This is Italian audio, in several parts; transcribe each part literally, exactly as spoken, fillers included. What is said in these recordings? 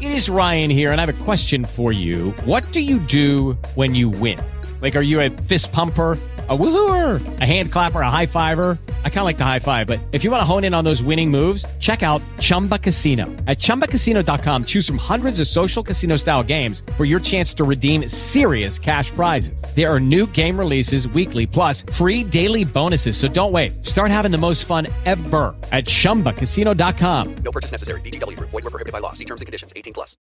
It is Ryan here, and I have a question for you. What do you do when you win? Like, are you a fist pumper, a woohooer, a hand clapper, a high fiver? I kind of like the high five, but if you want to hone in on those winning moves, check out Chumba Casino. At chumba casino dot com, choose from hundreds of social casino style games for your chance to redeem serious cash prizes. There are new game releases weekly, plus free daily bonuses. So don't wait. Start having the most fun ever at chumba casino dot com. No purchase necessary. V G W Group. Void where prohibited by law. See terms and conditions. eighteen plus.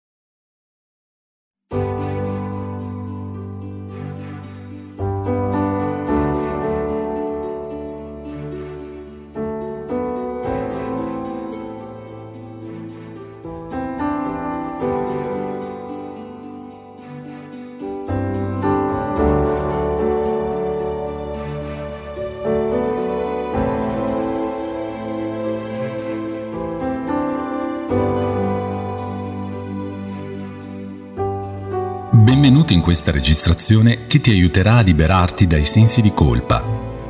Benvenuto in questa registrazione che ti aiuterà a liberarti dai sensi di colpa.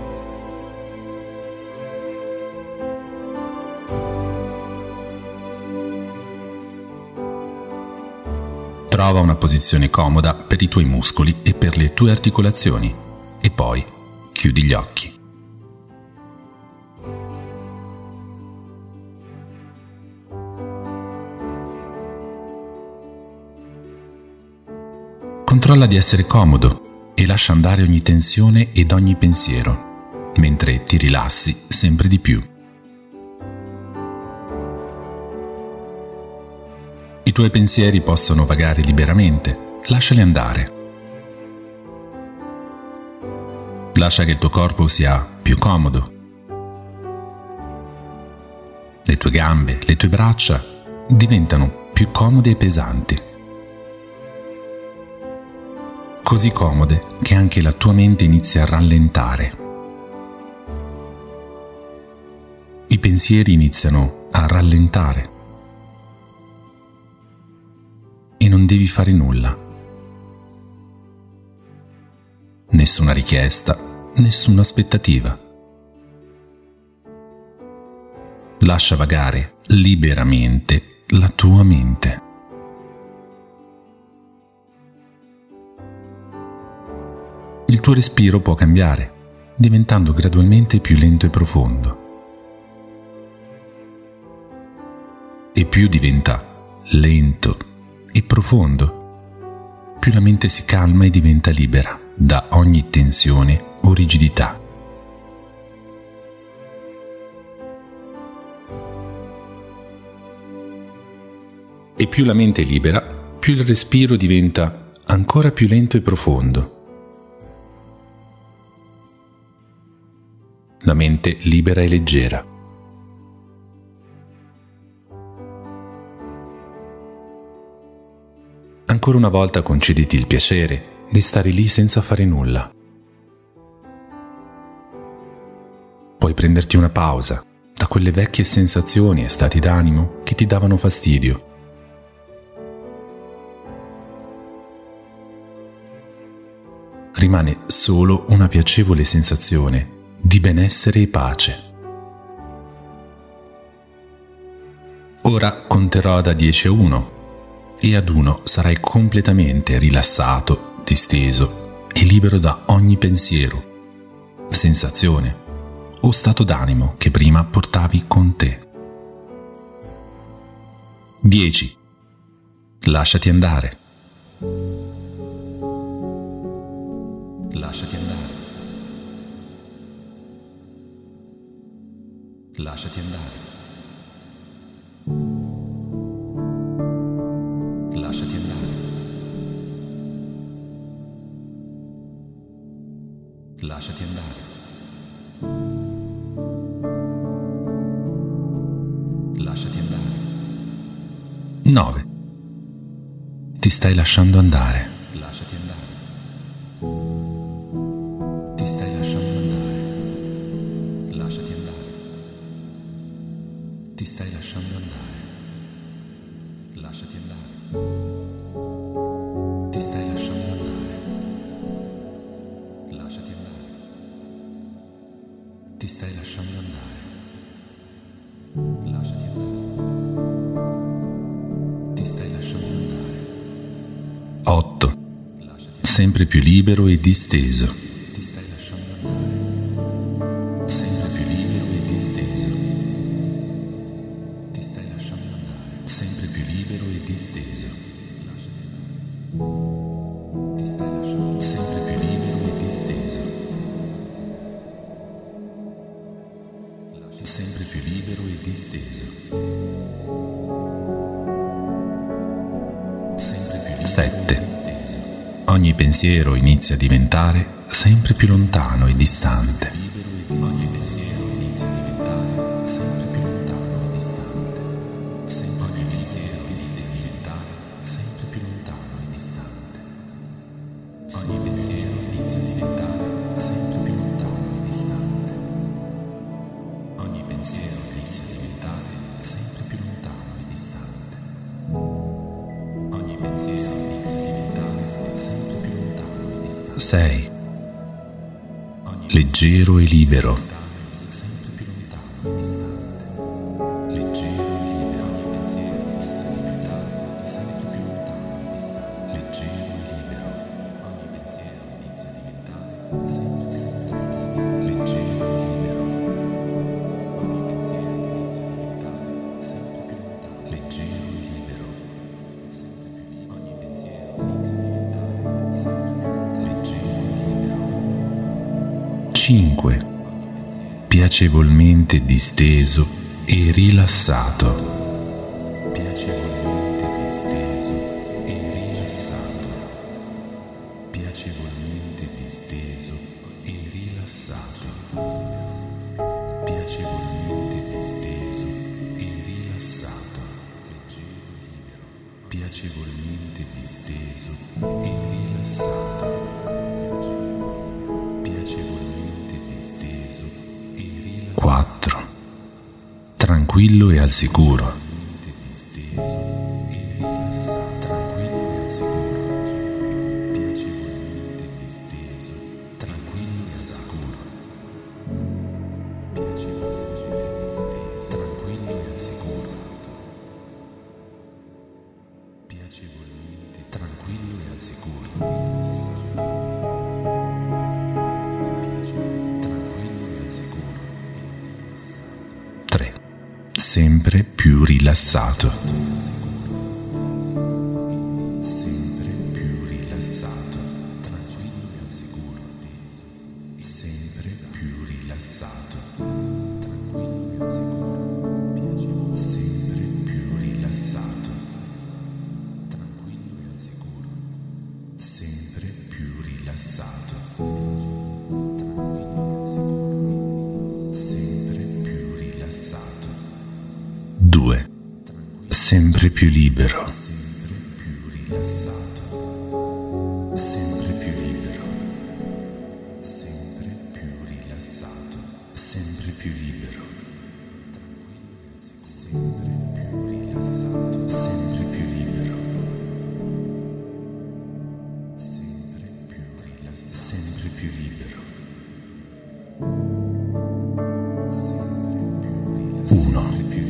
Trova una posizione comoda per i tuoi muscoli e per le tue articolazioni e poi chiudi gli occhi. Controlla di essere comodo e lascia andare ogni tensione ed ogni pensiero, mentre ti rilassi sempre di più. I tuoi pensieri possono vagare liberamente, lasciali andare. Lascia che il tuo corpo sia più comodo. Le tue gambe, le tue braccia diventano più comode e pesanti. Così comode che anche la tua mente inizia a rallentare. I pensieri iniziano a rallentare. E non devi fare nulla. Nessuna richiesta, nessuna aspettativa. Lascia vagare liberamente la tua mente. Il tuo respiro può cambiare, diventando gradualmente più lento e profondo. E più diventa lento e profondo, più la mente si calma e diventa libera da ogni tensione o rigidità. E più la mente è libera, più il respiro diventa ancora più lento e profondo. La mente libera e leggera. Ancora una volta concediti il piacere di stare lì senza fare nulla. Puoi prenderti una pausa da quelle vecchie sensazioni e stati d'animo che ti davano fastidio. Rimane solo una piacevole sensazione di benessere e pace. Ora conterò da dieci a uno e ad uno sarai completamente rilassato, disteso e libero da ogni pensiero, sensazione o stato d'animo che prima portavi con te. dieci. Lasciati andare. Lasciati andare. Lasciati andare. Lasciati andare. Lasciati andare. Lasciati andare. nove. Ti stai lasciando andare. Lasciati andare. Ti stai lasciando andare. Lasciati andare. Ti stai lasciando andare. Lasciati andare. Ti stai lasciando andare. Lasciati andare. Ti stai lasciando andare. Lasciati andare. Ti stai lasciando andare. otto. Sempre più libero e disteso. Sempre più libero e disteso. Ti stai lasciando andare. Sempre più libero e disteso. Ti stai lasciando sempre più libero e disteso. Sempre più libero e disteso. Sempre più libero. sette. Ogni pensiero inizia a diventare sempre più lontano e distante. Ogni pensiero inizia a diventare sempre più lontano e distante. Ogni pensiero inizia a diventare sempre più lontano e distante. Ogni pensiero inizia a diventare sempre più lontano e distante. Ogni pensiero inizia a diventare sempre più lontano e distante. Ogni pensiero inizia a diventare sempre più lontano e distante. sei. Leggero e libero. Sempre più lontano e distante. Leggero e libero. Ogni pensiero inizia a diventare sempre più lontano e distante. Leggero e libero. Ogni pensiero inizia a diventare sempre più lontano e distante. Leggero e libero. Ogni pensiero inizia a diventare sempre più lontano. Leggero e libero. Ogni pensiero inizia a diventare sempre più lontano. Leggero e libero. cinque. Piacevolmente disteso e rilassato. Piacevolmente disteso e rilassato. Piacevolmente disteso e rilassato. Piacevolmente disteso e rilassato. Piacevolmente disteso e rilassato. Piacevolmente disteso e rilassato. quattro. Tranquillo e al sicuro. Disteso e rilassato. Tranquillo e al sicuro. Piacevolmente disteso. Tranquillo e al sicuro. Piacevolmente disteso. Tranquillo e al sicuro. Piacevolmente tranquillo e al sicuro. Tranquillo e al sicuro. tre. Sempre più rilassato. Sempre più rilassato. Tranquillo e al sicuro. Sempre più rilassato. Tranquillo e al sicuro. Sempre più rilassato. Tranquillo e al sicuro. Sempre più rilassato. Tranquillo e al sicuro. Sempre più rilassato. due. Sempre più libero. Sempre più rilassato. Sempre più libero. Sempre più rilassato. Sempre più libero. Sempre più rilassato. Sempre più libero. Sempre più rilassato. Sempre più libero. uno.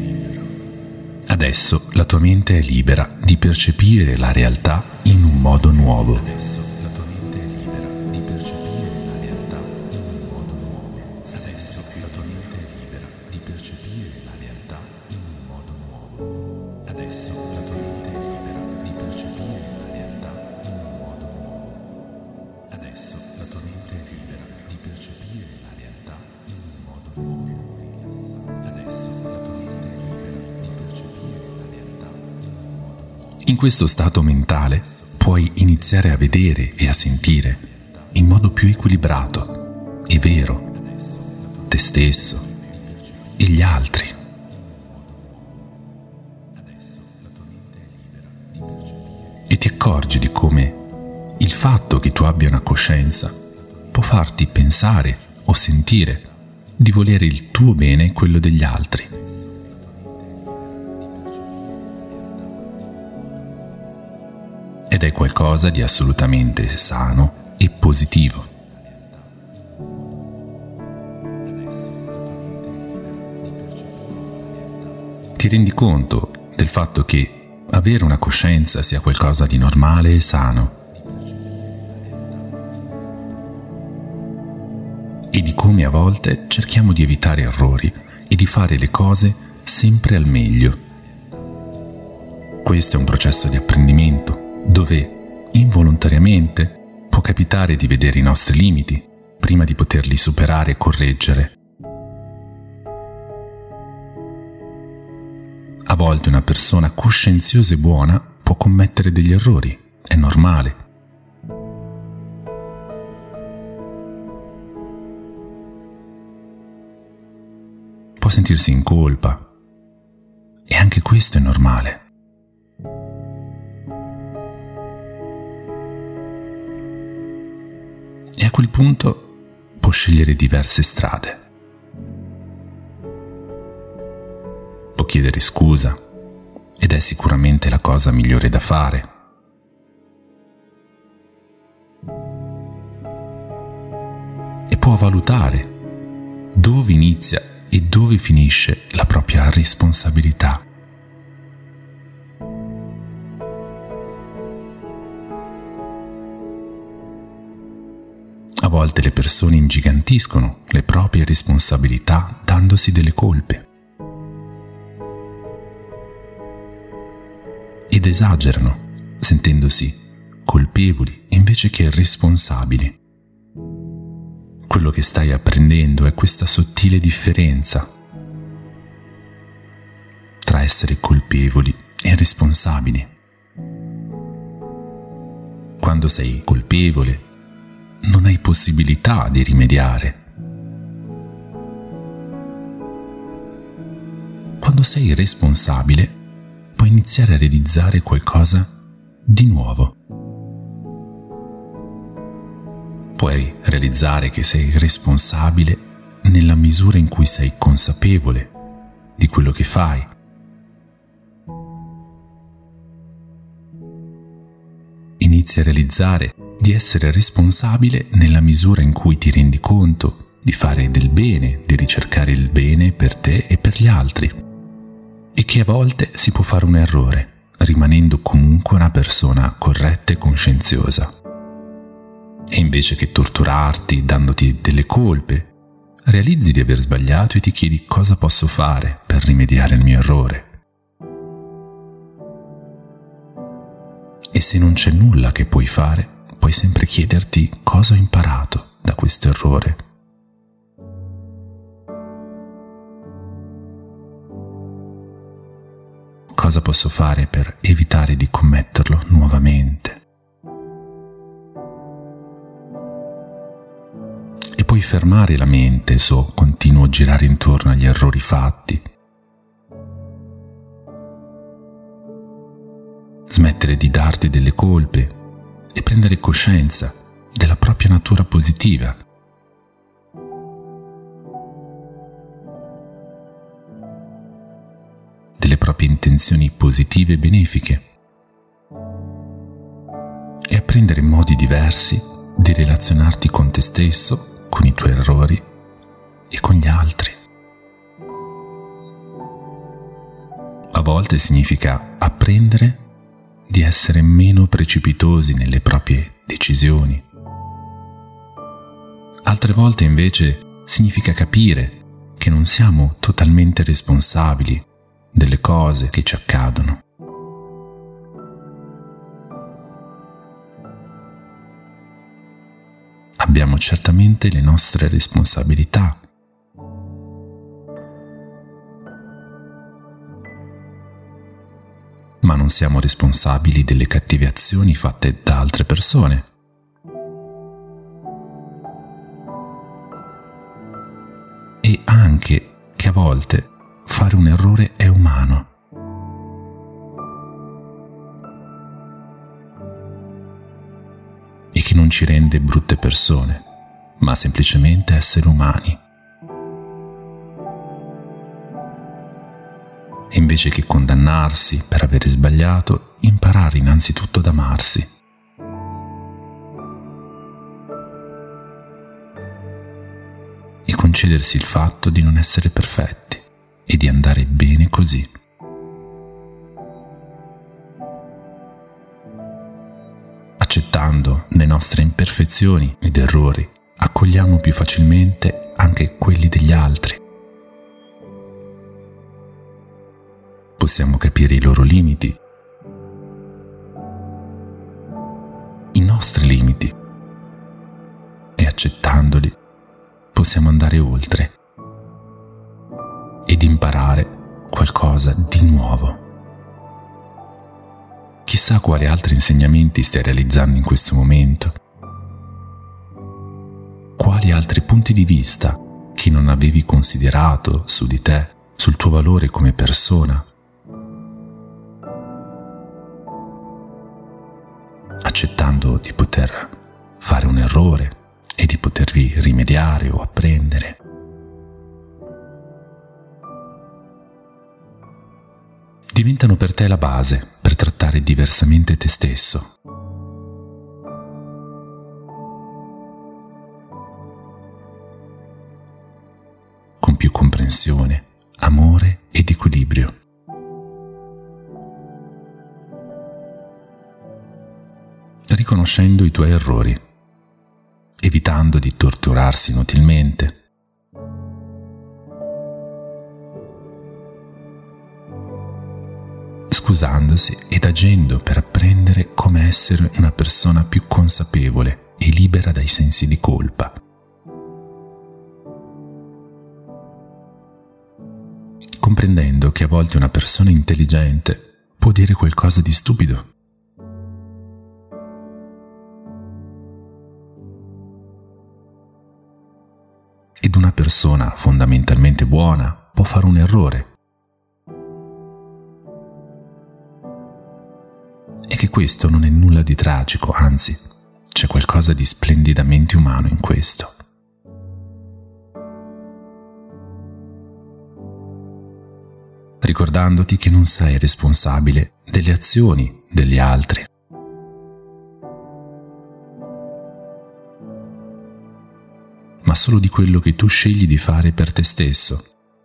Adesso la tua mente è libera di percepire la realtà in un modo nuovo. Adesso la tua mente è libera di percepire la realtà in un modo nuovo. Adesso la tua mente è libera di percepire la realtà in un modo nuovo. Adesso la tua mente è libera di percepire la realtà in un modo nuovo. Adesso la tua mente è libera di percepire la realtà in un modo nuovo. Adesso la tua mente è libera di percepire la realtà in un modo nuovo. In questo stato mentale puoi iniziare a vedere e a sentire in modo più equilibrato e vero te stesso e gli altri. E ti accorgi di come il fatto che tu abbia una coscienza può farti pensare o sentire di volere il tuo bene e quello degli altri. Ed è qualcosa di assolutamente sano e positivo. Ti rendi conto del fatto che avere una coscienza sia qualcosa di normale e sano, e di come a volte cerchiamo di evitare errori e di fare le cose sempre al meglio. Questo è un processo di apprendimento dove, involontariamente, può capitare di vedere i nostri limiti prima di poterli superare e correggere. A volte una persona coscienziosa e buona può commettere degli errori, è normale. Può sentirsi in colpa, e anche questo è normale. E a quel punto può scegliere diverse strade. Può chiedere scusa, ed è sicuramente la cosa migliore da fare. E può valutare dove inizia e dove finisce la propria responsabilità. A volte le persone ingigantiscono le proprie responsabilità dandosi delle colpe ed esagerano, sentendosi colpevoli invece che responsabili. Quello che stai apprendendo è questa sottile differenza tra essere colpevoli e responsabili. Quando sei colpevole, non hai possibilità di rimediare. Quando sei responsabile, puoi iniziare a realizzare qualcosa di nuovo. Puoi realizzare che sei responsabile nella misura in cui sei consapevole di quello che fai. Inizi a realizzare di essere responsabile nella misura in cui ti rendi conto di fare del bene, di ricercare il bene per te e per gli altri, e che a volte si può fare un errore, rimanendo comunque una persona corretta e coscienziosa. E invece che torturarti dandoti delle colpe, realizzi di aver sbagliato e ti chiedi cosa posso fare per rimediare al mio errore. E se non c'è nulla che puoi fare, puoi sempre chiederti cosa ho imparato da questo errore. Cosa posso fare per evitare di commetterlo nuovamente? E puoi fermare la mente se continuo a girare intorno agli errori fatti. Smettere di darti delle colpe e prendere coscienza della propria natura positiva. Delle proprie intenzioni positive e benefiche. E apprendere modi diversi di relazionarti con te stesso, con i tuoi errori e con gli altri. A volte significa apprendere di essere meno precipitosi nelle proprie decisioni. Altre volte invece significa capire che non siamo totalmente responsabili delle cose che ci accadono. Abbiamo certamente le nostre responsabilità. Ma non siamo responsabili delle cattive azioni fatte da altre persone. E anche che a volte fare un errore è umano. E che non ci rende brutte persone, ma semplicemente esseri umani. E invece che condannarsi per aver sbagliato, imparare innanzitutto ad amarsi. E concedersi il fatto di non essere perfetti e di andare bene così. accettando le nostre imperfezioni ed errori, accogliamo più facilmente anche quelli degli altri. Possiamo capire i loro limiti, i nostri limiti, e accettandoli possiamo andare oltre ed imparare qualcosa di nuovo. Chissà quali altri insegnamenti stai realizzando in questo momento. Quali altri punti di vista che non avevi considerato su di te, sul tuo valore come persona. Accettando di poter fare un errore e di potervi rimediare o apprendere. Diventano per te la base per trattare diversamente te stesso. Con più comprensione, amore ed equilibrio. Riconoscendo i tuoi errori, evitando di torturarsi inutilmente. Scusandosi ed agendo per apprendere come essere una persona più consapevole e libera dai sensi di colpa. Comprendendo che a volte una persona intelligente può dire qualcosa di stupido. Ed una persona fondamentalmente buona può fare un errore. E che questo non è nulla di tragico, anzi, c'è qualcosa di splendidamente umano in questo. Ricordandoti che non sei responsabile delle azioni degli altri. Ma solo di quello che tu scegli di fare per te stesso.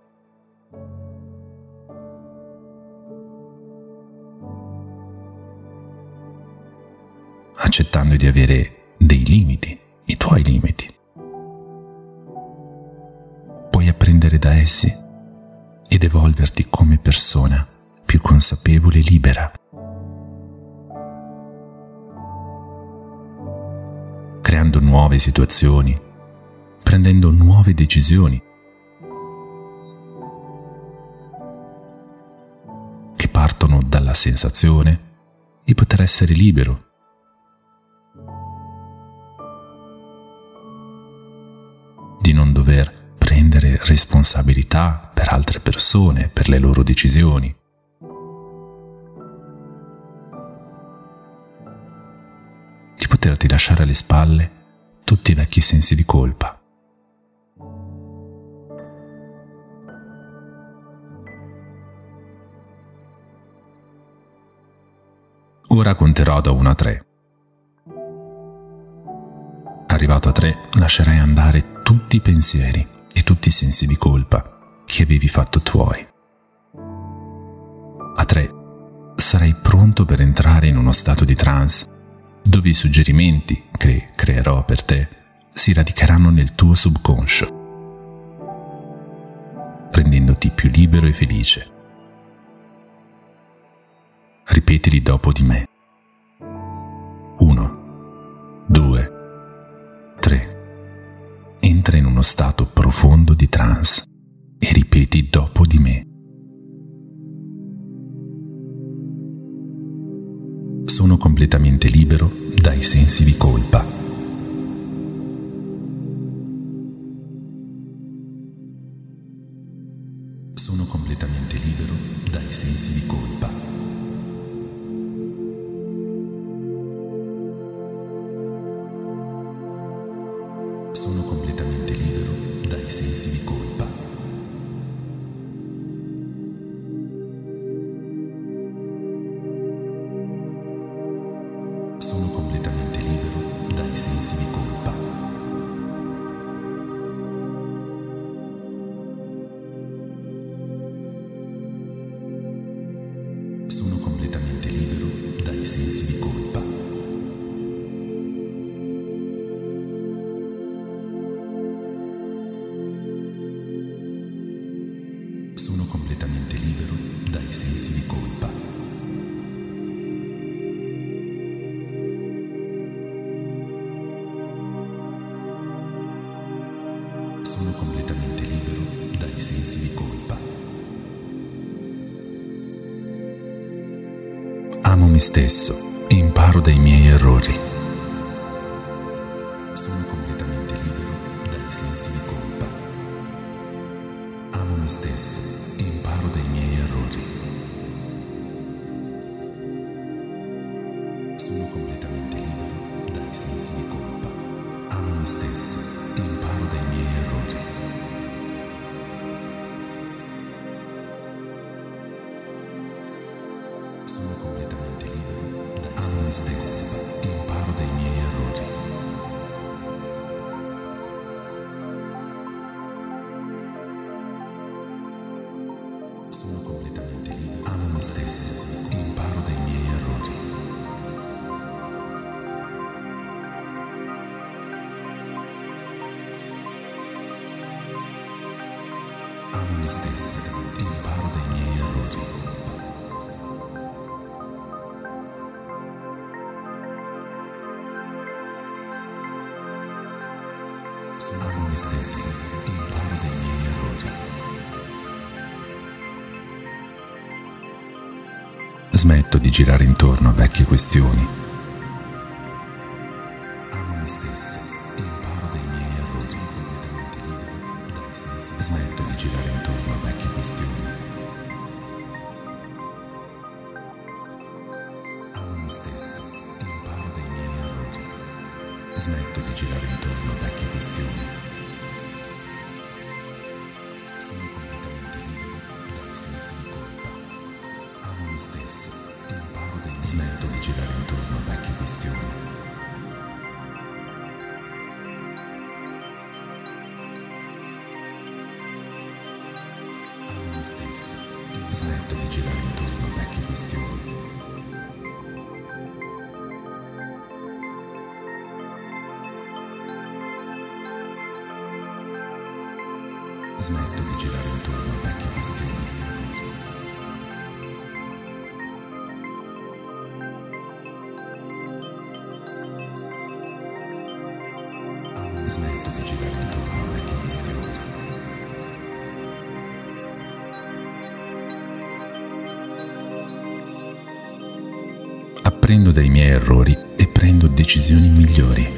Accettando di avere dei limiti, i tuoi limiti. Puoi apprendere da essi ed evolverti come persona più consapevole e libera. Creando nuove situazioni, prendendo nuove decisioni che partono dalla sensazione di poter essere libero, di non dover prendere responsabilità per altre persone, per le loro decisioni. Di poterti lasciare alle spalle tutti i vecchi sensi di colpa. Ora conterò da uno a tre. Arrivato a tre, lascerai andare tutti i pensieri e tutti i sensi di colpa che avevi fatto tuoi. A tre, sarai pronto per entrare in uno stato di trance, dove i suggerimenti che creerò per te si radicheranno nel tuo subconscio, rendendoti più libero e felice. Ripetili dopo di me. Uno, due, tre. Entra in uno stato profondo di trance e ripeti dopo di me. Sono completamente libero dai sensi di colpa. Sono completamente libero dai sensi di colpa. Sono completamente libero dai sensi di colpa. Sono completamente libero dai sensi di colpa. Sono completamente libero dai sensi di colpa. Amo me stesso e imparo dai miei errori. Sono completamente libero dai sensi di colpa. Amo me stesso e imparo dai miei errori. Sono completamente libero dai sensi di colpa. Amo me stesso e imparo dai miei errori. Sono completamente libero dai sensi di stesso e imparo dai miei errori. Sono completamente libero. Amo me stesso e imparo dai miei errori. Amo me stesso e imparo dai miei errori. Amo me stesso e imparo dai miei errori. Smetto di girare intorno a vecchie questioni. Amo me stesso e imparo dai miei errori. Smetto di girare intorno a vecchie questioni. Amo me stesso e imparo dai miei errori. Smetto di girare intorno a vecchie questioni. Sono completamente libero dai sensi di colpa. Amo me stesso e imparo dai miei errori. Smetto di girare intorno a vecchie questioni. Amo me stesso e smetto di girare intorno a vecchie questioni. Smetto di girare intorno a vecchie questioni. Smetto di girare intorno a vecchie questioni. Apprendo dai miei errori e prendo decisioni migliori.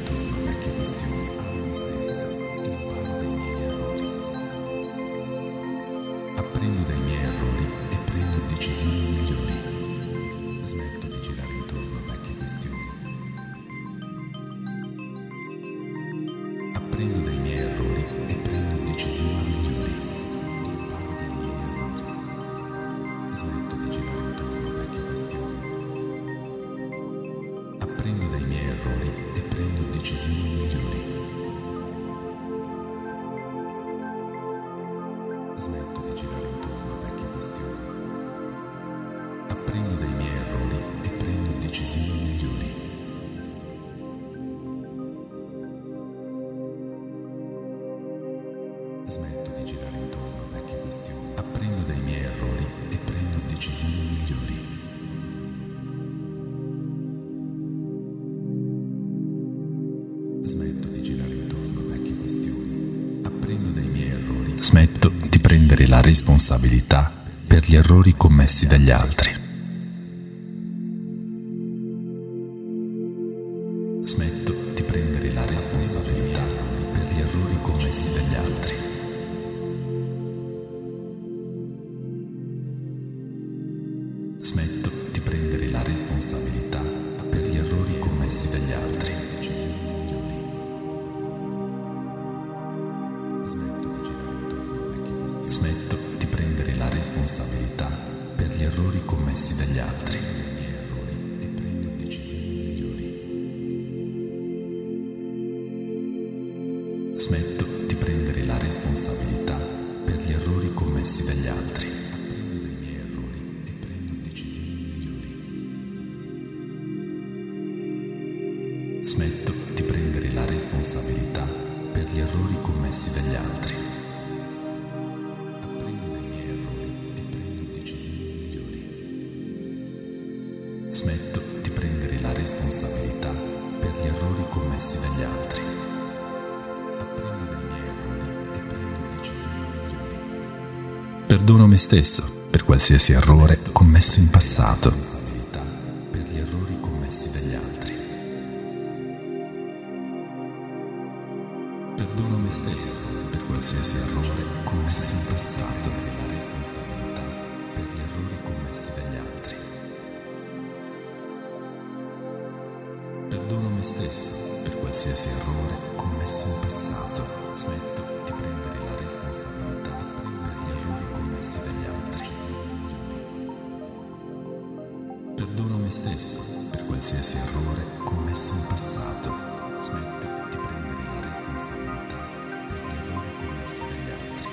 Apprendo dai miei errori e prendo decisioni migliori. Smetto di girare intorno a vecchie questioni. Apprendo dai miei errori e prendo decisioni migliori. Imparo dai miei errori. Smetto di girare intorno a vecchie questioni. Apprendo dai miei errori e prendo decisioni migliori. Smetto di girare intorno a vecchie questioni. Apprendo dai miei errori e prendo decisioni migliori. Smetto di girare intorno a vecchie questioni. Apprendo dai miei errori e prendo decisioni migliori. Smetto di girare intorno a vecchie questioni. Apprendo dai miei errori. Smetto di prendere la responsabilità per gli errori commessi dagli altri. Smetto di prendere la responsabilità per gli errori commessi dagli altri. Smetto di prendere la responsabilità per gli errori commessi dagli altri. Smetto di prendere la responsabilità per gli errori commessi dagli altri. E prendo decisioni migliori. Smetto di prendere la responsabilità per gli errori commessi dagli altri. Apprendo dai miei errori e prendo decisioni migliori. Smetto di prendere la responsabilità per gli errori commessi dagli altri. Smetto di prendere la responsabilità per gli errori commessi dagli altri. Apprendo dai miei errori e prendo decisioni migliori. Perdono me stesso per qualsiasi errore commesso in passato. commessi dagli altri. Perdono me stesso per qualsiasi errore commesso in passato e la responsabilità per gli errori commessi dagli altri. Perdono me stesso per qualsiasi errore commesso in passato. Smetto di prendere la responsabilità per gli errori commessi dagli altri. Perdono me stesso per qualsiasi errore commesso in passato. Smetto di prendere la responsabilità per gli errori commessi dagli altri.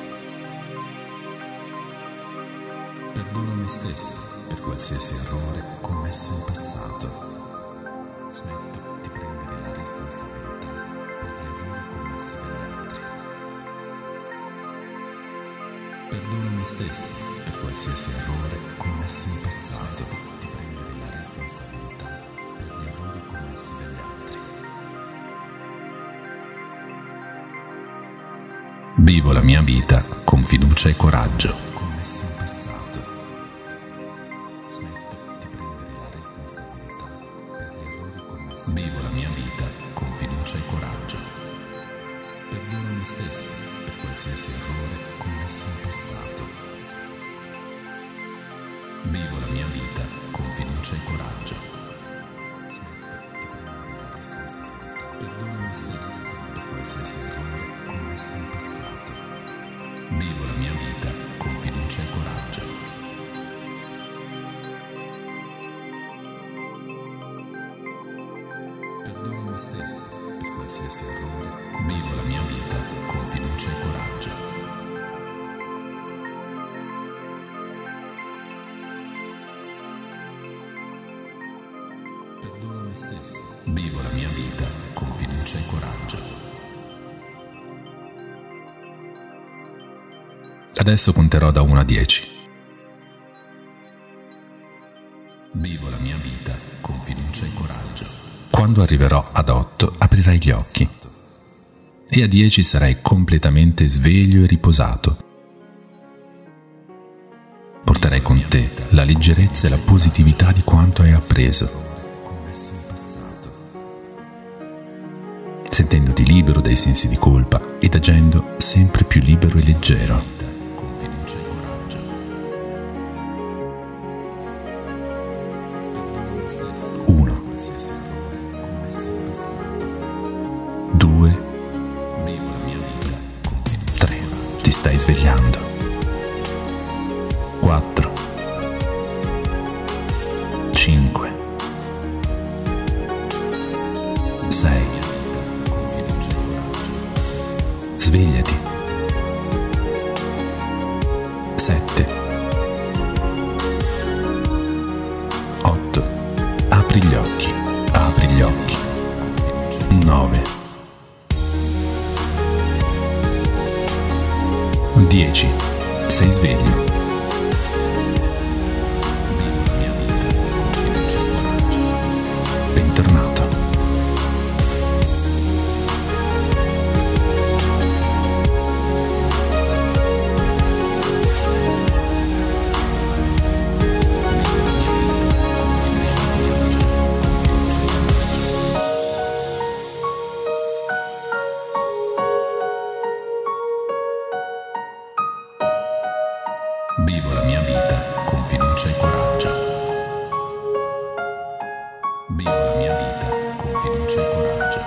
Perdono me stesso per qualsiasi errore commesso in passato. Smetto di prendere la responsabilità per gli errori commessi dagli altri. Perdono me stesso per qualsiasi errore commesso in passato. Di prendere la responsabilità per gli errori commessi dagli altri. Vivo la mia vita con fiducia e coraggio. Commesso in passato. Smetto di prendere la responsabilità per gli errori commessi. Vivo la mia vita con fiducia e coraggio. Perdono me stesso per qualsiasi errore commesso in passato. Vivo la mia vita con fiducia e coraggio. Smetto di prendere la responsabilità. Perdono me stesso per qualsiasi errore commesso in passato. Vivo la mia vita con fiducia e coraggio. Perdono me stesso per qualsiasi errore. Vivo la mia vita con fiducia e coraggio. Perdono me stesso. Vivo la mia vita con fiducia e coraggio. Adesso conterò da uno a dieci. Vivo la mia vita con fiducia e coraggio. Quando arriverò ad otto aprirai gli occhi e a dieci sarai completamente sveglio e riposato. Porterai con te la leggerezza e la positività di quanto hai appreso, sentendoti libero dai sensi di colpa ed agendo sempre più libero e leggero. uno, due, tre, ti stai svegliando. quattro, cinque, sei, svegliati. sette, otto, apri gli occhi, apri gli occhi. nove, dieci, sei sveglio. Bentornato. Vivo la mia vita con fiducia e coraggio. Vivo la mia vita con fiducia e coraggio.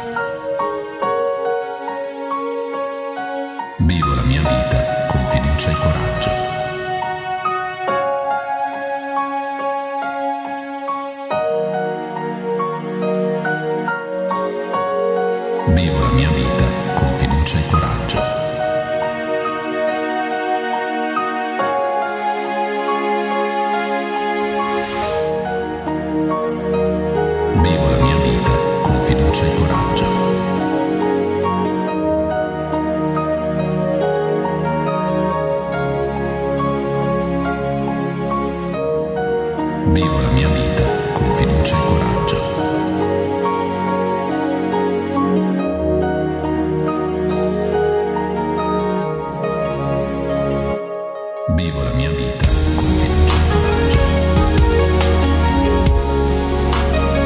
Vivo la mia vita con fiducia e coraggio. Vivo la mia vita con fiducia e coraggio. Vivo la mia vita con fiducia e coraggio. Vivo la mia vita con fiducia e coraggio. Vivo la mia vita con fiducia e coraggio.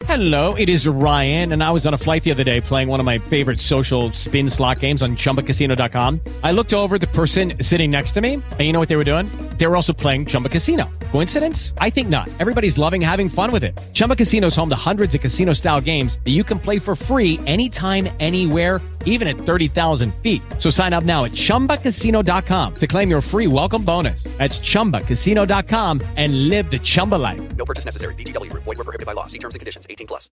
Hello, it is Ryan, and I was on a flight the other day playing one of my favorite social spin slot games on Chumba Casino dot com. I looked over at the person sitting next to me, and you know what they were doing? They were also playing Chumba Casino. Coincidence? I think not. Everybody's loving having fun with it. Chumba Casino is home to hundreds of casino-style games that you can play for free anytime, anywhere, even at thirty thousand feet. So sign up now at Chumba Casino dot com to claim your free welcome bonus. That's Chumba Casino dot com and live the Chumba life. No purchase necessary. V G W. Void where prohibited by law. See terms and conditions. eighteen plus.